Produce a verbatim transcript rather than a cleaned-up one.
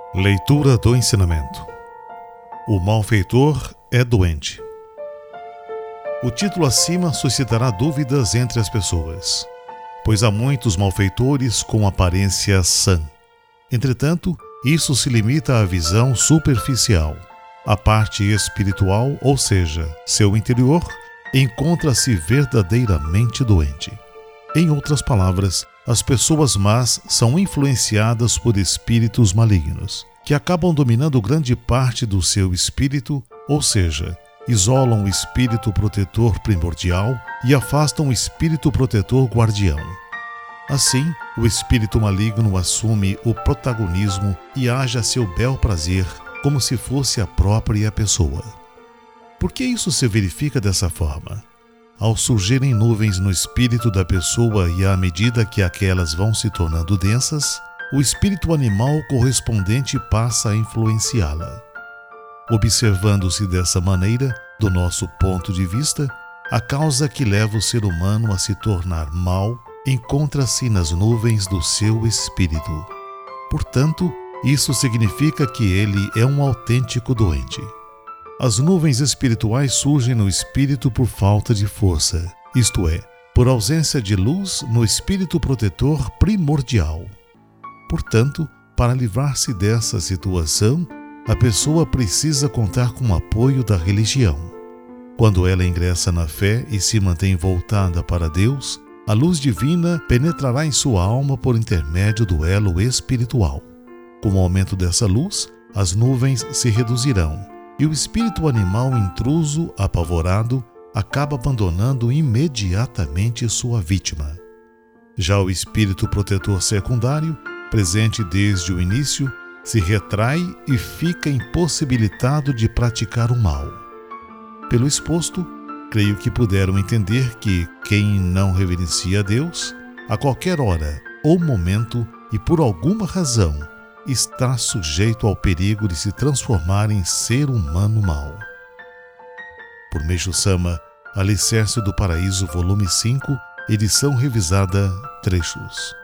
Leitura do ensinamento. O malfeitor é doente. O título acima suscitará dúvidas entre as pessoas, pois há muitos malfeitores com aparência sã. Entretanto, isso se limita à visão superficial. A parte espiritual, ou seja, seu interior, encontra-se verdadeiramente doente. Em outras palavras, as pessoas más são influenciadas por espíritos malignos, que acabam dominando grande parte do seu espírito, ou seja, isolam o espírito protetor primordial e afastam o espírito protetor guardião. Assim, o espírito maligno assume o protagonismo e age a seu bel prazer, como se fosse a própria pessoa. Por que isso se verifica dessa forma? Ao surgirem nuvens no espírito da pessoa e à medida que aquelas vão se tornando densas, o espírito animal correspondente passa a influenciá-la. Observando-se dessa maneira, do nosso ponto de vista, a causa que leva o ser humano a se tornar mau encontra-se nas nuvens do seu espírito. Portanto, isso significa que ele é um autêntico doente. As nuvens espirituais surgem no espírito por falta de força, isto é, por ausência de luz no espírito protetor primordial. Portanto, para livrar-se dessa situação, a pessoa precisa contar com o apoio da religião. Quando ela ingressa na fé e se mantém voltada para Deus, a luz divina penetrará em sua alma por intermédio do elo espiritual. Com o aumento dessa luz, as nuvens se reduzirão e o espírito animal intruso, apavorado, acaba abandonando imediatamente sua vítima. Já o espírito protetor secundário, presente desde o início, se retrai e fica impossibilitado de praticar o mal. Pelo exposto, creio que puderam entender que quem não reverencia a Deus, a qualquer hora ou momento e por alguma razão, está sujeito ao perigo de se transformar em ser humano mau. Por Meixo Sama, Alicerce do Paraíso, volume cinco, edição revisada, trechos.